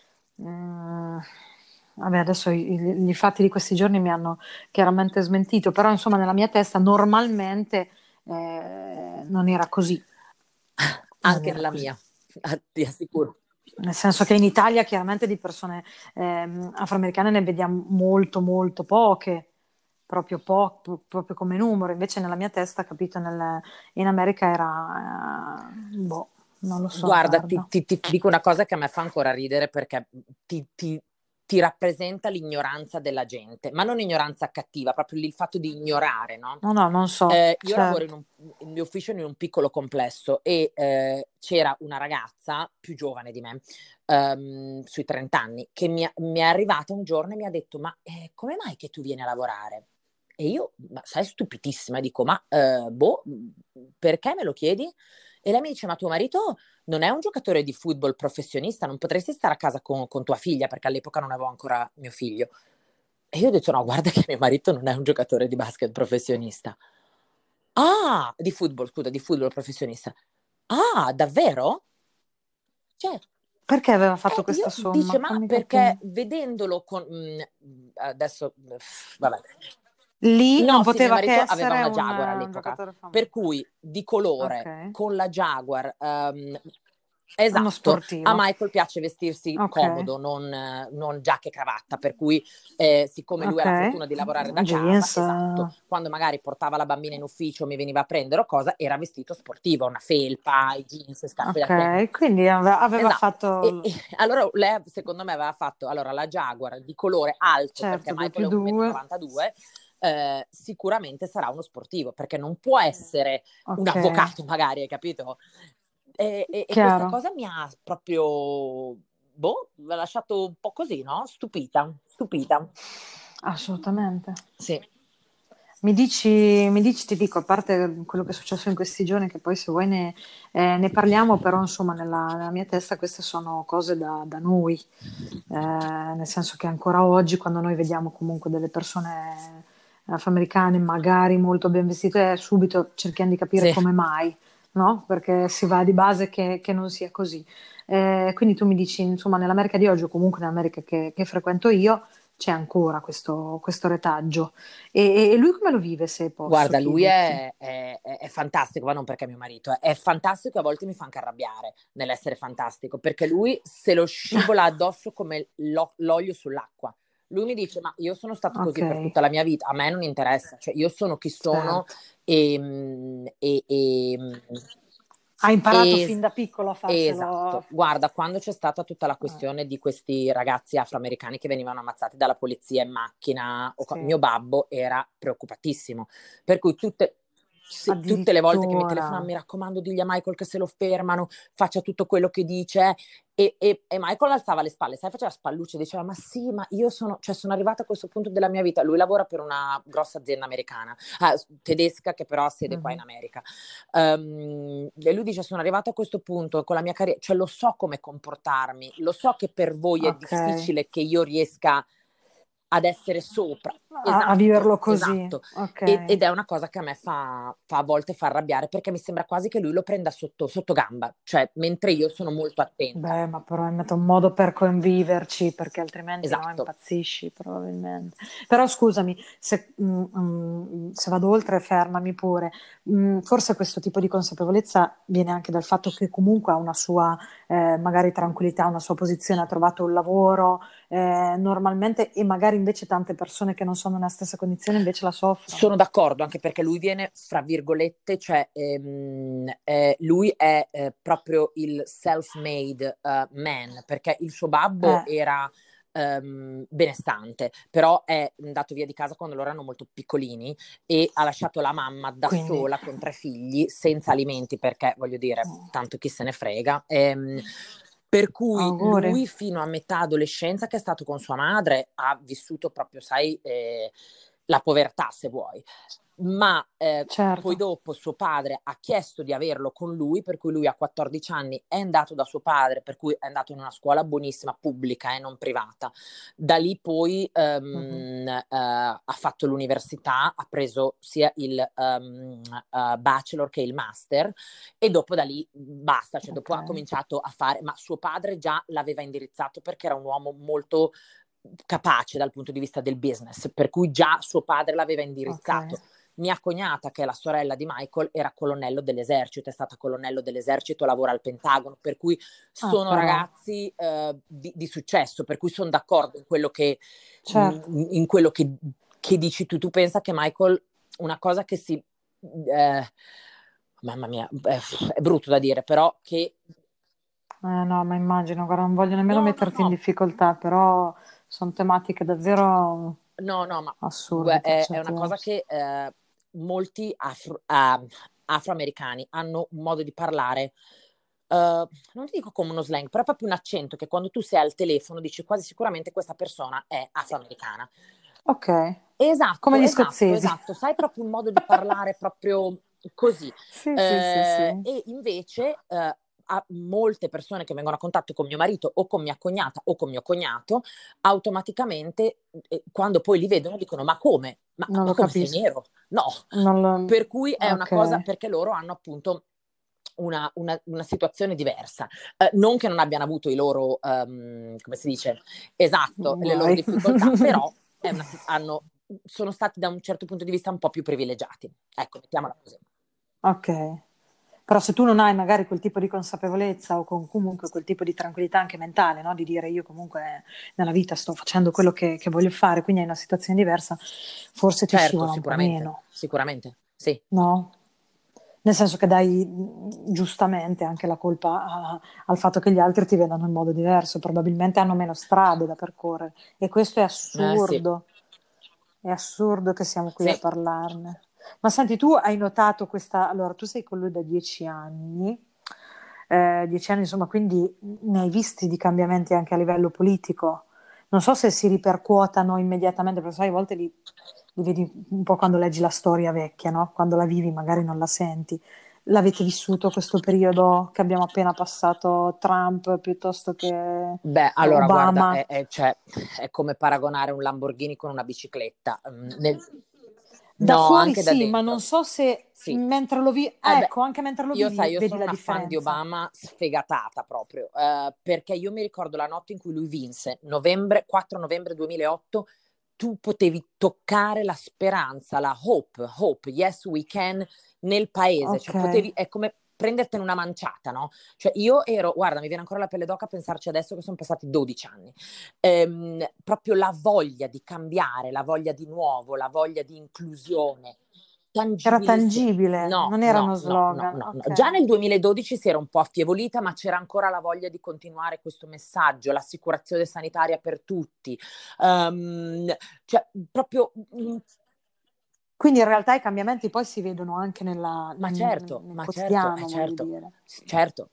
vabbè, adesso i fatti di questi giorni mi hanno chiaramente smentito, però insomma nella mia testa normalmente non era così. Anche nella mia, ti assicuro. Nel senso che in Italia chiaramente di persone afroamericane ne vediamo molto molto poche, proprio come numero, invece nella mia testa, capito, in America era, non lo so. Guarda, ti dico una cosa che a me fa ancora ridere, perché ti rappresenta l'ignoranza della gente, ma non ignoranza cattiva, proprio il fatto di ignorare, no? No, non so. Io lavoro il mio ufficio in un piccolo complesso e c'era una ragazza più giovane di me, sui 30 anni, che mi è arrivata un giorno e mi ha detto: ma come mai che tu vieni a lavorare? E io, sai, stupidissima, dico: ma perché me lo chiedi? E lei mi dice: ma tuo marito non è un giocatore di football professionista, non potresti stare a casa con tua figlia? Perché all'epoca non avevo ancora mio figlio. E io ho detto: no, guarda che mio marito non è un giocatore di basket professionista. Ah, di football professionista. Ah, davvero? Cioè, perché aveva fatto questa somma? Dice, ma perché vedendolo con... adesso, vabbè. Lì non poteva mio marito che essere aveva una Jaguar all'epoca, per cui di colore, con la Jaguar, esatto, a Michael piace vestirsi comodo, non giacca e cravatta, per cui siccome lui ha la fortuna di lavorare da casa, esatto, quando magari portava la bambina in ufficio, mi veniva a prendere o cosa, era vestito sportivo, una felpa, i jeans, scarpe da tennis. Quindi aveva fatto... allora lei secondo me aveva fatto la Jaguar di colore alto, perché Michael è 1,92 m, sicuramente sarà uno sportivo, perché non può essere un avvocato, magari, hai capito? E questa cosa mi ha proprio, mi ha lasciato un po' così, no? Stupita. Assolutamente. Sì. Mi dici, ti dico, a parte quello che è successo in questi giorni, che poi se vuoi ne parliamo, però insomma nella mia testa queste sono cose da noi, nel senso che ancora oggi quando noi vediamo comunque delle persone afroamericane magari molto ben vestite, subito cerchiamo di capire Sì. come mai, no? Perché si va di base che non sia così. Quindi tu mi dici, insomma, nell'America di oggi o comunque nell'America che frequento io, c'è ancora questo retaggio. E lui come lo vive, se posso Guarda, lui chiederti? è fantastico, ma non perché è mio marito, è fantastico e a volte mi fa anche arrabbiare nell'essere fantastico, perché lui se lo scivola addosso come l'olio sull'acqua. Lui mi dice, ma io sono stato così per Ok, tutta la mia vita, a me non interessa, cioè io sono chi sono certo. e, e, e, Ha imparato Es- fin da piccolo a esatto, farselo. guarda, quando c'è stata tutta la eh, questione di questi ragazzi afroamericani che venivano ammazzati dalla polizia in macchina, sì, mio babbo era preoccupatissimo, per cui sì, tutte le volte che mi telefonano addirittura. mi raccomando, digli a Michael che se lo fermano, faccia tutto quello che dice. E Michael alzava le spalle, sai, faceva spallucce, diceva, ma sì, ma io sono arrivata a questo punto della mia vita. Lui lavora per una grossa azienda americana, tedesca, che però ha sede qua in Mhm. America. E lui dice, sono arrivata a questo punto con la mia carriera, cioè lo so come comportarmi, lo so che per voi è Ok, difficile che io riesca ad essere sopra. a Esatto, viverlo così, esatto. ok. Ed è una cosa che a me fa a volte fa arrabbiare perché mi sembra quasi che lui lo prenda sotto gamba, cioè mentre io sono molto attenta. Beh, ma probabilmente è un modo per conviverci, perché altrimenti no, Esatto. impazzisci probabilmente. Però scusami, se vado oltre, fermami pure. Forse questo tipo di consapevolezza viene anche dal fatto che comunque ha una sua, magari tranquillità, una sua posizione, ha trovato un lavoro, normalmente, e magari invece tante persone che non sono nella stessa condizione invece la Sono soffrono. d'accordo, anche perché lui viene, fra virgolette, cioè lui è proprio il self-made man, perché il suo babbo Eh, era benestante, però è andato via di casa quando loro erano molto piccolini e ha lasciato la mamma da quindi, sola con 3 figli, senza alimenti, perché voglio dire, tanto chi se ne frega. Per cui auguri. lui fino a metà adolescenza che è stato con sua madre ha vissuto proprio, sai, la povertà se vuoi, ma poi Certo. dopo suo padre ha chiesto di averlo con lui, per cui lui a 14 anni è andato da suo padre, per cui è andato in una scuola buonissima, pubblica e non privata. Da lì poi Mhm. ha fatto l'università, ha preso sia il bachelor che il master e dopo da lì basta, cioè Ok. dopo ha cominciato a fare, ma suo padre già l'aveva indirizzato perché era un uomo molto capace dal punto di vista del business, per cui già suo padre l'aveva Ok. indirizzato. Mia cognata, che è la sorella di Michael, era colonnello dell'esercito, è stata colonnello dell'esercito, lavora al Pentagono, per cui Ah, sono però, ragazzi di successo, per cui sono d'accordo certo. in quello che dici tu. Tu pensa che Michael, una cosa che mamma mia, è brutto da dire, però che No, ma immagino, guarda, non voglio nemmeno no, no, metterti in no, difficoltà, però sono tematiche davvero no, ma assurde per è certi una cosa versi. che molti afroamericani hanno un modo di parlare, non ti dico come uno slang, però è proprio un accento che quando tu sei al telefono dici quasi sicuramente questa persona è afroamericana. Ok, come Esatto, gli esatto, scozzesi. esatto, sai proprio un modo di parlare proprio così. Sì, sì, sì, sì. E invece a molte persone che vengono a contatto con mio marito o con mia cognata o con mio cognato, automaticamente quando poi li vedono dicono ma come? Non Ma lo come sei capisco. nero? No, Non lo... per cui è una Ok, cosa, perché loro hanno appunto una situazione diversa. Non che non abbiano avuto i loro, come si dice, esatto, le loro guai. difficoltà, però sono stati da un certo punto di vista un po' più privilegiati. Ecco, mettiamola così. Ok. Però se tu non hai magari quel tipo di consapevolezza o comunque quel tipo di tranquillità anche mentale, no? Di dire io comunque nella vita sto facendo quello che voglio fare, quindi hai una situazione diversa, forse ti Certo, scivola un po' sicuramente, meno, sicuramente, sì. no? Nel senso che dai giustamente anche la colpa al fatto che gli altri ti vedano in modo diverso, probabilmente hanno meno strade da percorrere e questo Sì, è assurdo che siamo qui a sì. parlarne. Ma senti, tu hai notato questa, allora tu sei con lui da 10 anni, 10 anni, insomma, quindi ne hai visti di cambiamenti anche a livello politico. Non so se si ripercuotano immediatamente, perché sai, a volte li vedi un po' quando leggi la storia vecchia, no? Quando la vivi magari non la senti. L'avete vissuto questo periodo che abbiamo appena passato, Trump piuttosto che Beh, allora, guarda, Obama? cioè, è come paragonare un Lamborghini con una bicicletta. Da No, fuori anche da sì, ma non dentro. so se Sì. mentre lo vivi, Beh, ecco, anche mentre lo io sai, vivi io vedi sono la una fan di differenza. Obama sfegatata proprio, perché io mi ricordo la notte in cui lui vinse, 4 novembre 2008, tu potevi toccare la speranza, la hope, yes we can, nel paese, Ok. cioè potevi, è come prendertene una manciata, no? Cioè io ero, guarda, mi viene ancora la pelle d'oca a pensarci adesso che sono passati 12 anni. Proprio la voglia di cambiare, la voglia di nuovo, la voglia di inclusione, Era tangibilissima. tangibile, No, non era no, uno no, no, slogan. no, no. Già Ok. nel 2012 si era un po' affievolita, ma c'era ancora la voglia di continuare questo messaggio, l'assicurazione sanitaria per tutti. Um, cioè, proprio, Quindi in realtà i cambiamenti poi si vedono anche nel ma certo, quotidiano, voglio certo, dire. certo.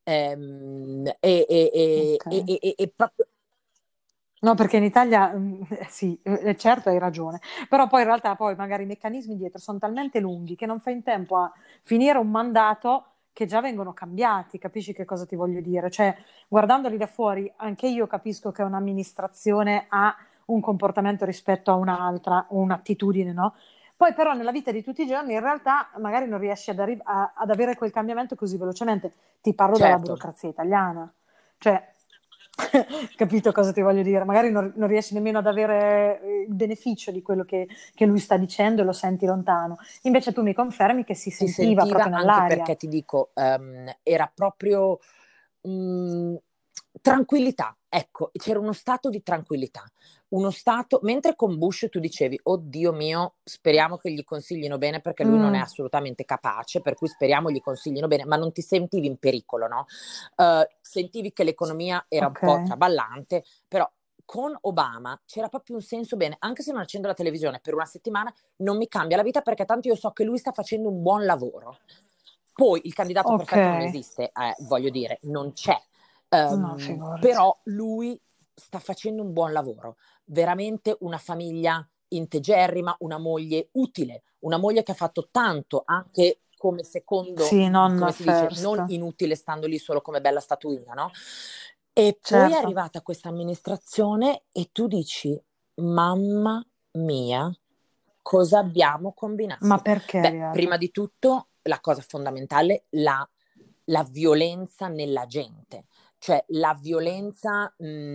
Ok. E proprio, No, perché in Italia, sì, certo hai ragione, però poi in realtà poi magari i meccanismi dietro sono talmente lunghi che non fai in tempo a finire un mandato che già vengono cambiati, capisci che cosa ti voglio dire? Cioè, guardandoli da fuori, anche io capisco che un'amministrazione ha un comportamento rispetto a un'altra, o un'attitudine, no? Poi però nella vita di tutti i giorni in realtà magari non riesci ad avere quel cambiamento così velocemente. Ti parlo della certo. burocrazia italiana. Cioè, capito cosa ti voglio dire? Magari non riesci nemmeno ad avere il beneficio di quello che lui sta dicendo e lo senti lontano. Invece tu mi confermi che si Si sentiva sentiva proprio anche nell'aria. perché ti dico, era proprio mh, tranquillità, ecco, c'era uno stato di tranquillità, uno stato, mentre con Bush tu dicevi, oddio mio, speriamo che gli consiglino bene perché lui non è Mm, assolutamente capace, per cui speriamo gli consiglino bene, ma non ti sentivi in pericolo, no? Sentivi che l'economia era un ok, po' traballante, però con Obama c'era proprio un senso bene, anche se non accendo la televisione per una settimana, non mi cambia la vita perché tanto io so che lui sta facendo un buon lavoro. Poi il candidato ok. perfetto non esiste, voglio dire, non c'è. No, figurati. Però lui sta facendo un buon lavoro, veramente una famiglia integerrima, una moglie utile, una moglie che ha fatto tanto anche come secondo, Sì, non come si dice, non first. inutile stando lì solo come bella statuina, no? E poi è Certo. arrivata questa amministrazione e tu dici, mamma mia, cosa abbiamo Ma combinato? perché, Beh, prima Ariadna? di tutto, la cosa fondamentale, la violenza nella gente, cioè la violenza,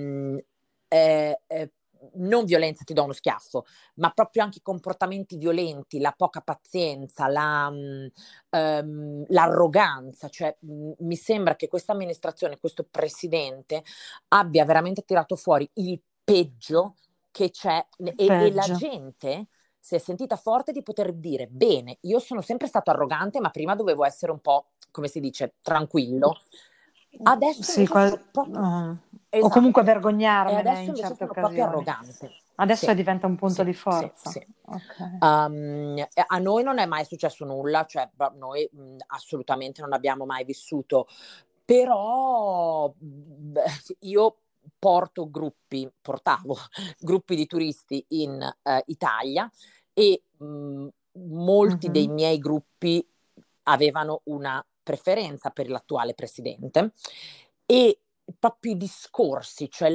non violenza, ti do uno schiaffo, ma proprio anche i comportamenti violenti, la poca pazienza, l'arroganza, cioè mi sembra che questa amministrazione, questo presidente abbia veramente tirato fuori il peggio che c'è e la Peggio. gente si è sentita forte di poter dire bene, io sono sempre stato arrogante, ma prima dovevo essere un po', come si dice, tranquillo. Adesso Sì, invece sono proprio o comunque esatto. E vergognarmene adesso in invece certe sono proprio occasioni. arrogante. Adesso Sì, diventa un punto sì, di sì, forza. sì. Ok. A noi non è mai successo nulla, cioè noi assolutamente non abbiamo mai vissuto, però io portavo gruppi di turisti in Italia e molti dei Mhm. miei gruppi avevano una preferenza per l'attuale presidente e proprio i discorsi, cioè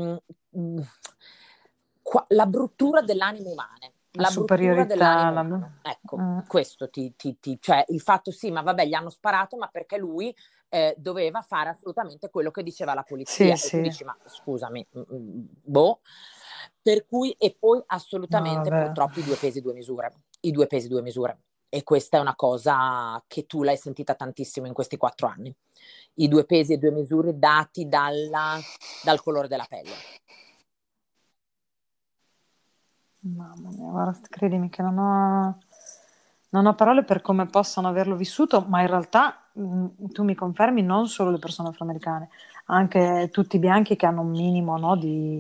la bruttura dell'animo umano, La la bruttura superiorità. dell'animo umano. Ecco, Mm. questo cioè il fatto sì, ma vabbè, gli hanno sparato, ma perché lui doveva fare assolutamente quello che diceva la Sì, polizia. E tu sì. dici, ma scusami, boh. Per cui, e poi No, assolutamente vabbè. purtroppo i due pesi, due misure. I due pesi, due misure. E questa è una cosa che tu l'hai sentita tantissimo in questi 4 anni. I due pesi e due misure dati dal colore della pelle. Mamma mia, guarda, credimi che non ho parole per come possano averlo vissuto, ma in realtà tu mi confermi non solo le persone afroamericane, anche tutti i bianchi che hanno un minimo, no,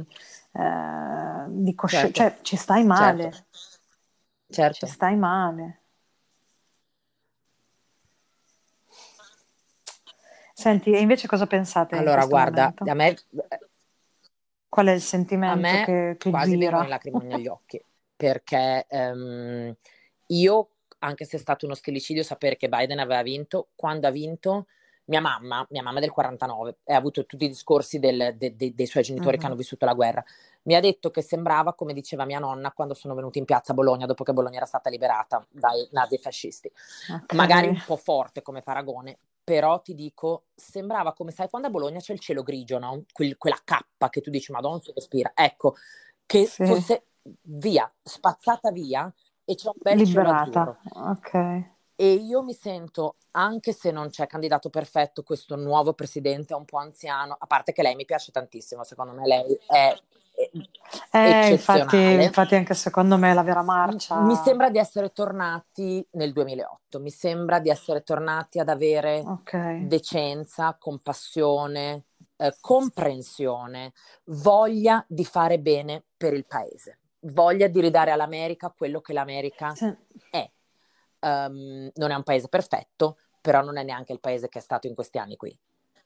di coscienza, Certo, cioè ci stai certo, male, ci certo. stai male. Senti, e invece cosa pensate in Allora, questo guarda, momento? a me Qual è il A sentimento me che quasi vengono gira? le lacrime agli occhi, perché io, anche se è stato uno stillicidio sapere che Biden aveva vinto, quando ha vinto, mia mamma è del 49, e ha avuto tutti i discorsi dei suoi genitori che hanno vissuto la guerra, mi ha detto che sembrava, come diceva mia nonna, quando sono venuti in piazza a Bologna, dopo che Bologna era stata liberata dai nazifascisti. Ok. Magari un po' forte come paragone, però ti dico, sembrava come, sai, quando a Bologna c'è il cielo grigio, no? Quella cappa che tu dici, Madonna, si respira. Ecco, che Sì, fosse via, spazzata via, e c'è un bel cielo liberata. azzurro. Ok. E io mi sento, anche se non c'è candidato perfetto, questo nuovo presidente un po' anziano, a parte che lei mi piace tantissimo, secondo me lei è Infatti, eccezionale. infatti anche secondo me la vera Mi marcia. sembra di essere tornati nel 2008, mi sembra di essere tornati ad avere Ok. decenza, compassione, comprensione, voglia di fare bene per il paese, voglia di ridare all'America quello che l'America Sì. è. Non è un paese perfetto, però non è neanche il paese che è stato in questi anni qui.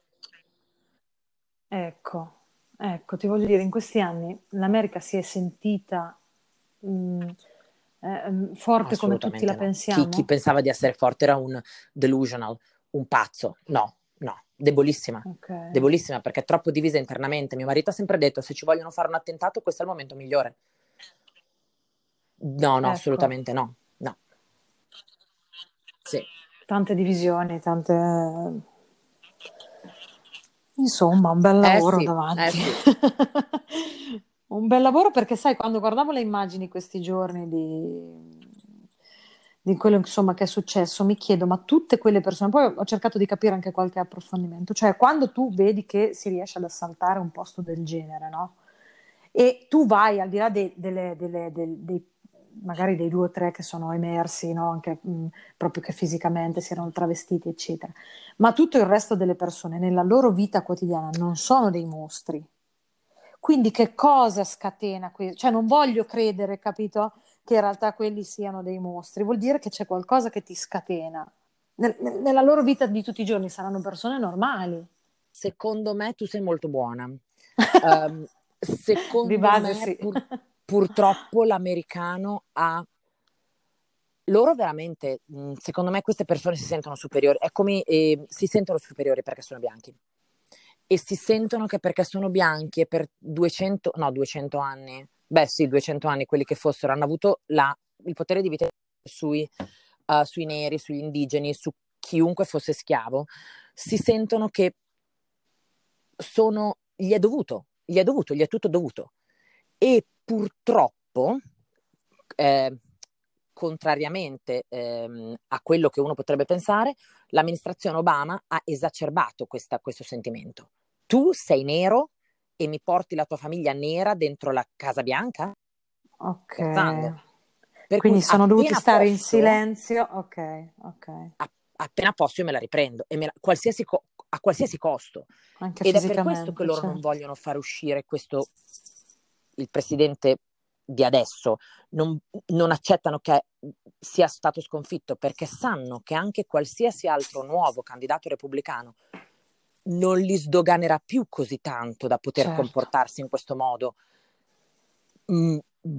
Ecco, ecco, ti voglio dire, in questi anni l'America si è sentita mh, forte come tutti la Assolutamente no. Chi pensiamo? pensava di essere forte era un delusional, un pazzo. No, no, debolissima. Ok, Debolissima perché è troppo divisa internamente. Mio marito ha sempre detto: se ci vogliono fare un attentato, questo è il momento migliore. No, no, ecco, assolutamente no. No. Sì. tante divisioni, tante. Insomma, un bel lavoro Sì, davanti. sì. Un bel lavoro perché, sai, quando guardavo le immagini questi giorni di quello insomma, che è successo, mi chiedo, ma tutte quelle persone, poi ho cercato di capire anche qualche approfondimento, cioè quando tu vedi che si riesce ad assaltare un posto del genere, no? E tu vai al di là magari dei due o tre che sono emersi, no? Anche proprio che fisicamente si erano travestiti, eccetera, ma tutto il resto delle persone nella loro vita quotidiana non sono dei mostri. Quindi che cosa scatena questo? Cioè non voglio credere, capito, che in realtà quelli siano dei mostri, vuol dire che c'è qualcosa che ti scatena. Nella loro vita di tutti i giorni saranno persone normali. Secondo me tu sei molto buona. Di Secondo base me sì. purtroppo l'americano ha loro veramente, secondo me queste persone si sentono superiori, è come si sentono superiori perché sono bianchi e si sentono che perché sono bianchi e per 200 anni, beh sì, 200 anni quelli che fossero, hanno avuto il potere di vita sui neri, sugli indigeni, su chiunque fosse schiavo, si sentono che gli è tutto dovuto. E purtroppo, eh, contrariamente a quello che uno potrebbe pensare, l'amministrazione Obama ha esacerbato questo sentimento. Tu sei nero e mi porti la tua famiglia nera dentro la Casa Bianca? Ok. Scherzando. Per cui Quindi sono dovuti stare in silenzio. Ok, ok. appena posso io me la riprendo e a qualsiasi costo. Anche Ed è per questo che fisicamente, loro non certo. vogliono fare uscire il presidente di adesso, non accettano che sia stato sconfitto perché sanno che anche qualsiasi altro nuovo candidato repubblicano non li sdoganerà più così tanto da poter Certo. comportarsi in questo modo mh,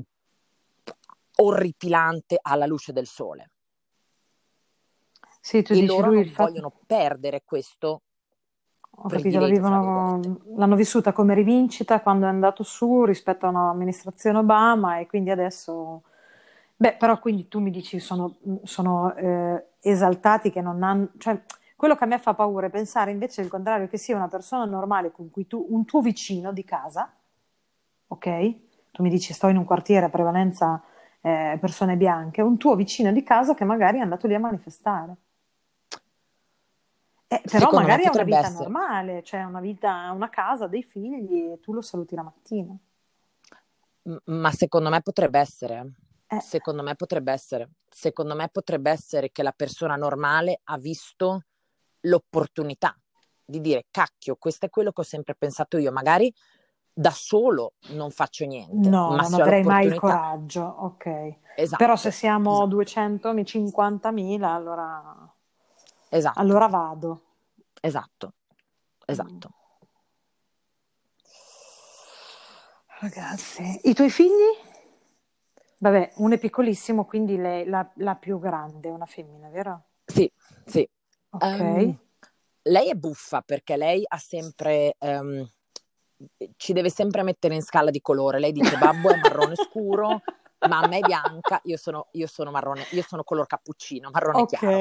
orripilante alla luce del sole. Sì, tu E dici loro lui il non fatto. vogliono perdere questo Ho capito, privilegio, fra virgolette. l'hanno vissuta come rivincita quando è andato su rispetto a un'amministrazione Obama e quindi adesso. Beh, però quindi tu mi dici sono esaltati che non hanno. Cioè, quello che a me fa paura è pensare invece il contrario, che sia una persona normale con cui un tuo vicino di casa, ok? Tu mi dici sto in un quartiere a prevalenza persone bianche, un tuo vicino di casa che magari è andato lì a manifestare. Però Secondo me magari ha una potrebbe vita essere. normale, cioè una vita, una casa, dei figli e tu lo saluti la mattina. Ma secondo me potrebbe essere. Eh, Secondo me potrebbe essere. Secondo me potrebbe essere che la persona normale ha visto l'opportunità di dire, cacchio, questo è quello che ho sempre pensato io. Magari da solo non faccio niente, no, ma non se ho avrei mai il l'opportunità. coraggio, ok. Però se Esatto, siamo esatto, 250.000, allora esatto, vado. esatto. esatto. Ragazzi, i tuoi figli? Vabbè, uno è piccolissimo, quindi lei, la più grande è una femmina, vero? Sì, sì. Ok. Lei è buffa perché lei ha sempre, ci deve sempre mettere in scala di colore. Lei dice babbo è marrone scuro, mamma è bianca, io sono marrone, io sono color cappuccino, marrone chiaro.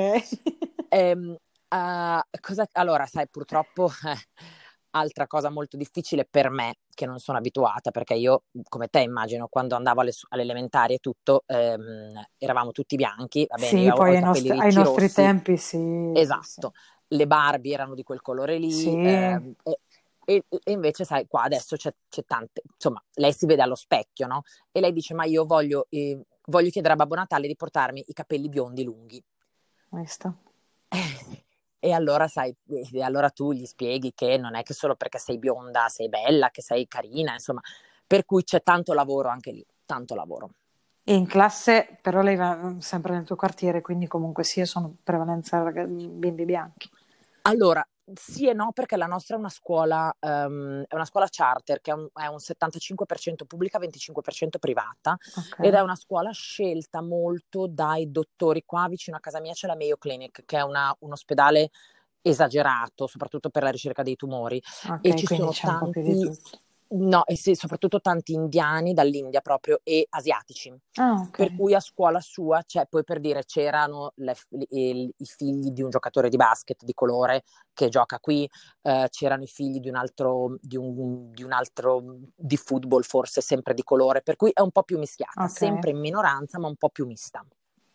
Allora, sai, purtroppo altra cosa molto difficile per me, che non sono abituata, perché io, come te immagino, quando andavo alle elementari e tutto, eravamo tutti bianchi, va bene, Sì, io ho poi i capelli ai ricci nostri rossi, tempi sì, sì, sì. esatto, le Barbie erano di quel colore lì, Sì. e invece, sai, qua adesso c'è tante, insomma, lei si vede allo specchio, no? E lei dice, ma io voglio chiedere a Babbo Natale di portarmi i capelli biondi lunghi. Visto? E allora, sai, e allora tu gli spieghi che non è che solo perché sei bionda sei bella, che sei carina, insomma, per cui c'è tanto lavoro anche lì, tanto lavoro. E in classe, però lei va sempre nel tuo quartiere, quindi comunque sia sono prevalenza bimbi bianchi. Allora, sì e no, perché la nostra è una scuola charter, che è un 75% pubblica, 25% privata, Ok. ed è una scuola scelta molto dai dottori. Qua vicino a casa mia c'è la Mayo Clinic, che è un ospedale esagerato, soprattutto per la ricerca dei tumori, e Ok, ci quindi sono c'è un po' più di tanti, tutto. no, e sì, soprattutto tanti indiani dall'India proprio e asiatici. Ah, ok. Per cui a scuola sua, cioè, poi per dire, c'erano i figli di un giocatore di basket di colore che gioca qui, c'erano i figli di un altro di football forse sempre di colore, per cui è un po' più mischiata, Ok. sempre in minoranza ma un po' più mista.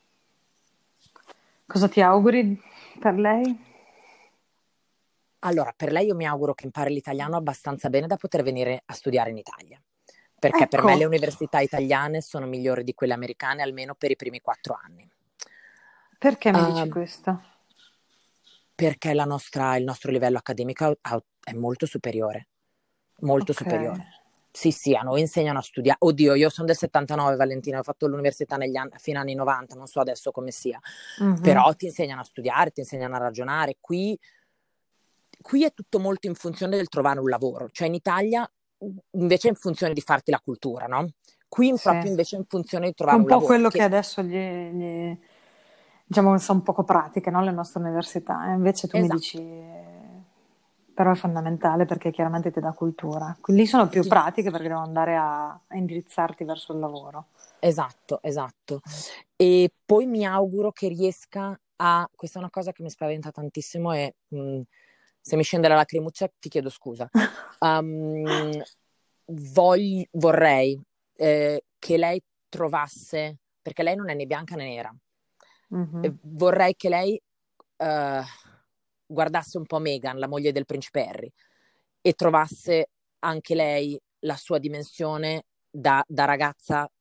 Cosa ti auguri per lei? Allora, per lei io mi auguro che impari l'italiano abbastanza bene da poter venire a studiare in Italia, perché per me le Ecco, università italiane sono migliori di quelle americane almeno per i primi 4 anni. perché mi dici Uh, questo? perché il nostro livello accademico è molto superiore, molto Ok. superiore. Sì, sì, a noi insegnano a studiare. Oddio, io sono del 79, Valentina, ho fatto l'università a fine anni 90, non so adesso come sia. Mhm. Però ti insegnano a studiare, ti insegnano a ragionare. Qui è tutto molto in funzione del trovare un lavoro. Cioè in Italia invece è in funzione di farti la cultura, no? Qui Sì. proprio invece è in funzione di Che è trovare un un po' lavoro. quello che Che adesso diciamo che sono poco pratiche, no? Le nostre università. E invece tu mi dici, esatto. però è fondamentale perché chiaramente ti dà cultura. Lì sono più Ti- pratiche perché devono andare a indirizzarti verso il lavoro. Esatto, esatto. E poi mi auguro che riesca questa è una cosa che mi spaventa tantissimo e se mi scende la lacrimuccia ti chiedo scusa. Um, Vorrei che lei trovasse, perché lei non è né bianca né nera, Mhm. vorrei che lei eh, guardasse un po' Meghan, la moglie del principe Harry, e trovasse anche lei la sua dimensione da ragazza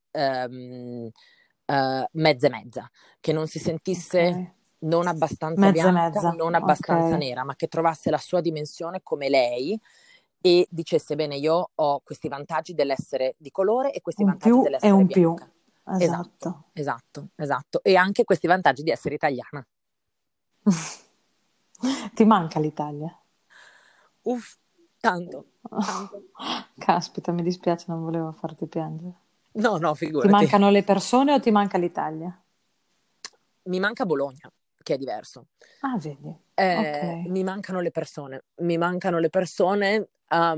mezza e mezza, che non si Ok. sentisse non abbastanza Mezza e bianca, mezza. non Ok. abbastanza nera, ma che trovasse la sua dimensione come lei e dicesse bene, io ho questi vantaggi dell'essere di colore e questi Un vantaggi più e dell'essere un più. bianca. Esatto, Esatto. esatto, esatto. E anche questi vantaggi di essere italiana. Ti manca l'Italia? Uff, tanto, tanto. Caspita, mi dispiace, non volevo farti piangere. No, no, Ti figurati. mancano le persone o ti manca l'Italia? Mi manca Bologna, che è diverso. Ah, vedi. Ok. Mi mancano le persone. Mi mancano le persone.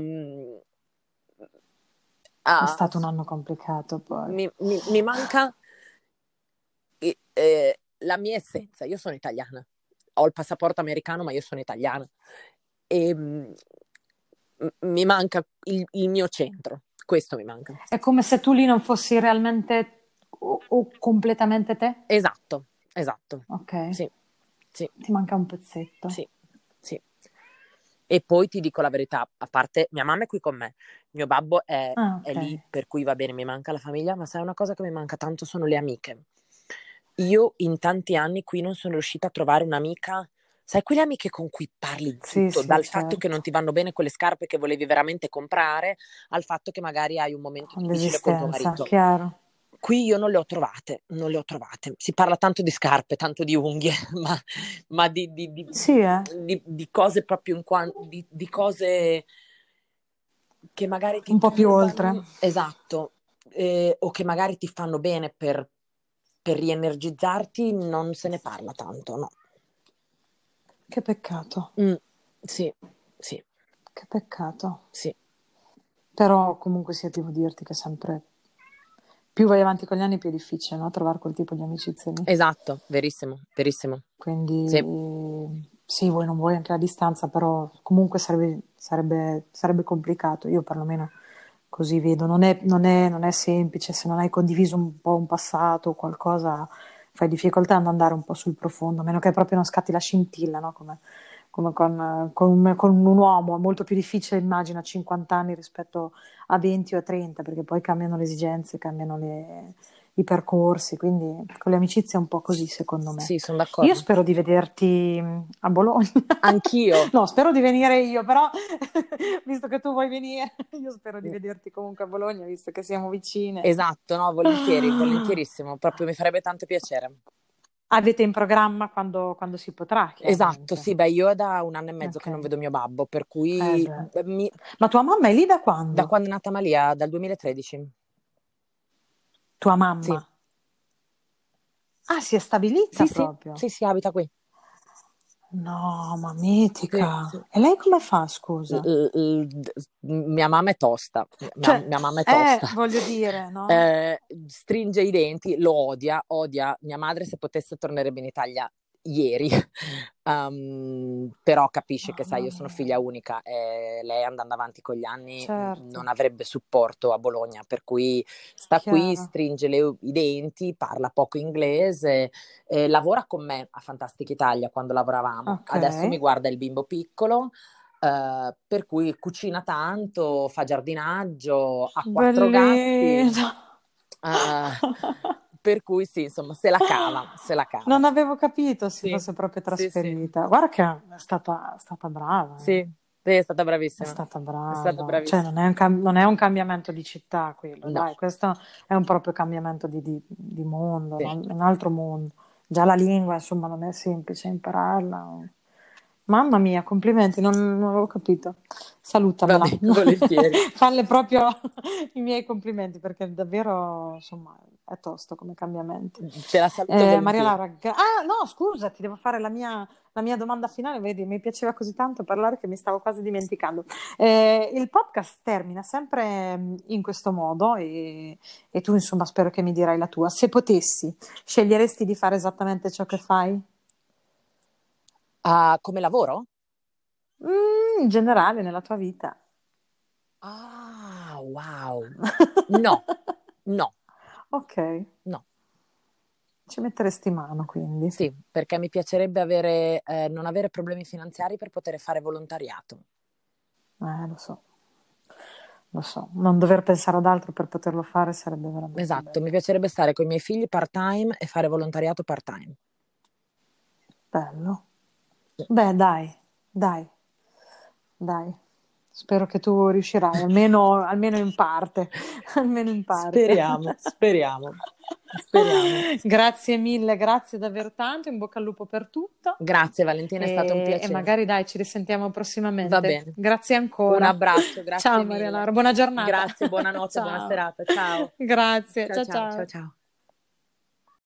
È Ah, stato un anno complicato poi. mi manca la mia essenza. Io sono italiana. Ho il passaporto americano, ma io sono italiana. E mi manca il mio centro. Questo mi manca. È come se tu lì non fossi realmente o completamente te? Esatto, esatto. Ok. Sì, sì, Ti manca un pezzetto. sì, sì. E poi ti dico la verità, a parte mia mamma è qui con me, mio babbo Ah, è ok. lì, per cui va bene, mi manca la famiglia, ma sai una cosa che mi manca tanto sono le amiche. Io in tanti anni qui non sono riuscita a trovare un'amica, sai, quelle amiche con cui parli di Sì, tutto, sì, dal fatto che non certo. ti vanno bene quelle scarpe che volevi veramente comprare, al fatto che magari hai un momento difficile con tuo L'esistenza, marito. chiaro. Qui io non le ho trovate. Si parla tanto di scarpe, tanto di unghie, ma Sì, di cose proprio di cose che magari ti un po' più oltre. turbano, esatto, o che magari ti fanno bene per rienergizzarti, non se ne parla tanto, no. Che peccato. Sì. Che peccato. Sì. Però comunque sia, devo dirti che sempre più vai avanti con gli anni più è difficile, no? Trovare quel tipo di amicizie lì. Esatto, verissimo. Quindi Sì. sì, vuoi non vuoi anche a distanza, però comunque sarebbe complicato. Io perlomeno così vedo. Non è semplice, se non hai condiviso un po' un passato o qualcosa, fai difficoltà ad andare un po' sul profondo, a meno che proprio non scatti la scintilla, no? Come con un uomo. È molto più difficile, immagino, a 50 anni rispetto a 20 o a 30, perché poi cambiano le esigenze, cambiano i percorsi, quindi con le amicizie è un po' così, secondo me. Sì, sono Io d'accordo. spero di vederti a Bologna. Anch'io. No, spero di venire io, però visto che tu vuoi venire, io spero di vederti comunque a Bologna, visto che siamo vicine. Esatto, no, volentierissimo, proprio mi farebbe tanto piacere. Avete in programma quando si potrà, Esatto, chiaramente. sì, beh, io è da 1 anno e mezzo che Ok. non vedo mio babbo, per cui Ma tua mamma è lì da da quando? quando è nata Malia, dal 2013. Tua Sì. mamma? Ah, si è stabilita proprio? Sì, abita qui. No, ma mitica. Sì. E lei come fa, scusa? Mia mamma è tosta, Cioè, mia mamma è tosta. voglio dire, no? Stringe i denti, lo odia mia madre. Se potesse tornerebbe in Italia ieri. Però capisce che, sai, io sono figlia unica e lei, andando avanti con gli anni, Certo, non avrebbe supporto a Bologna, per cui sta qui, chiaro. stringe i denti, parla poco inglese, lavora con me a Fantastic Italia quando lavoravamo. Ok. Adesso mi guarda il bimbo piccolo, per cui cucina tanto, fa giardinaggio, ha 4 gatti, Bellino. per cui sì, insomma, se la cava. Non avevo capito si Sì, fosse proprio sì. trasferita. Guarda che è stata brava. Sì, è stata È bravissima. stata È stata brava. Cioè, bravissima. non è un cambiamento di città quello, No, dai. Questo è un proprio cambiamento di mondo, sì. no? Un altro mondo. Già la lingua, insomma, non è semplice impararla. Mamma mia, complimenti, non avevo capito. Va Salutamela. bene, volentieri. Falle proprio i miei complimenti perché davvero, insomma, è tosto come cambiamento. Te la saluto Maria volentieri. Laura, no, scusa, ti devo fare la mia domanda finale, vedi, mi piaceva così tanto parlare che mi stavo quasi dimenticando. Il podcast termina sempre in questo modo e tu, insomma, spero che mi dirai la tua. Se potessi, sceglieresti di fare esattamente ciò che fai? Come lavoro? In generale, nella tua vita. Ah, wow. No, no, Ok, no. ci metteresti mano quindi. Sì, perché mi piacerebbe non avere problemi finanziari per poter fare volontariato. Lo so, non dover pensare ad altro per poterlo fare sarebbe veramente Esatto, mi bello. piacerebbe stare con i miei figli part-time e fare volontariato part-time. Bello. Sì. Beh, dai. Spero che tu riuscirai, almeno in parte. Almeno in parte. Speriamo. Grazie mille, grazie davvero tanto, in bocca al lupo per tutto Grazie Valentina, è stato un e piacere. magari dai, ci risentiamo Va prossimamente. bene. Grazie Un ancora. abbraccio, Ciao grazie Maria mille. Laura, buona giornata. Grazie, buonanotte, buona Ciao. serata. Ciao. Grazie, Ciao, ciao ciao, ciao, ciao. ciao.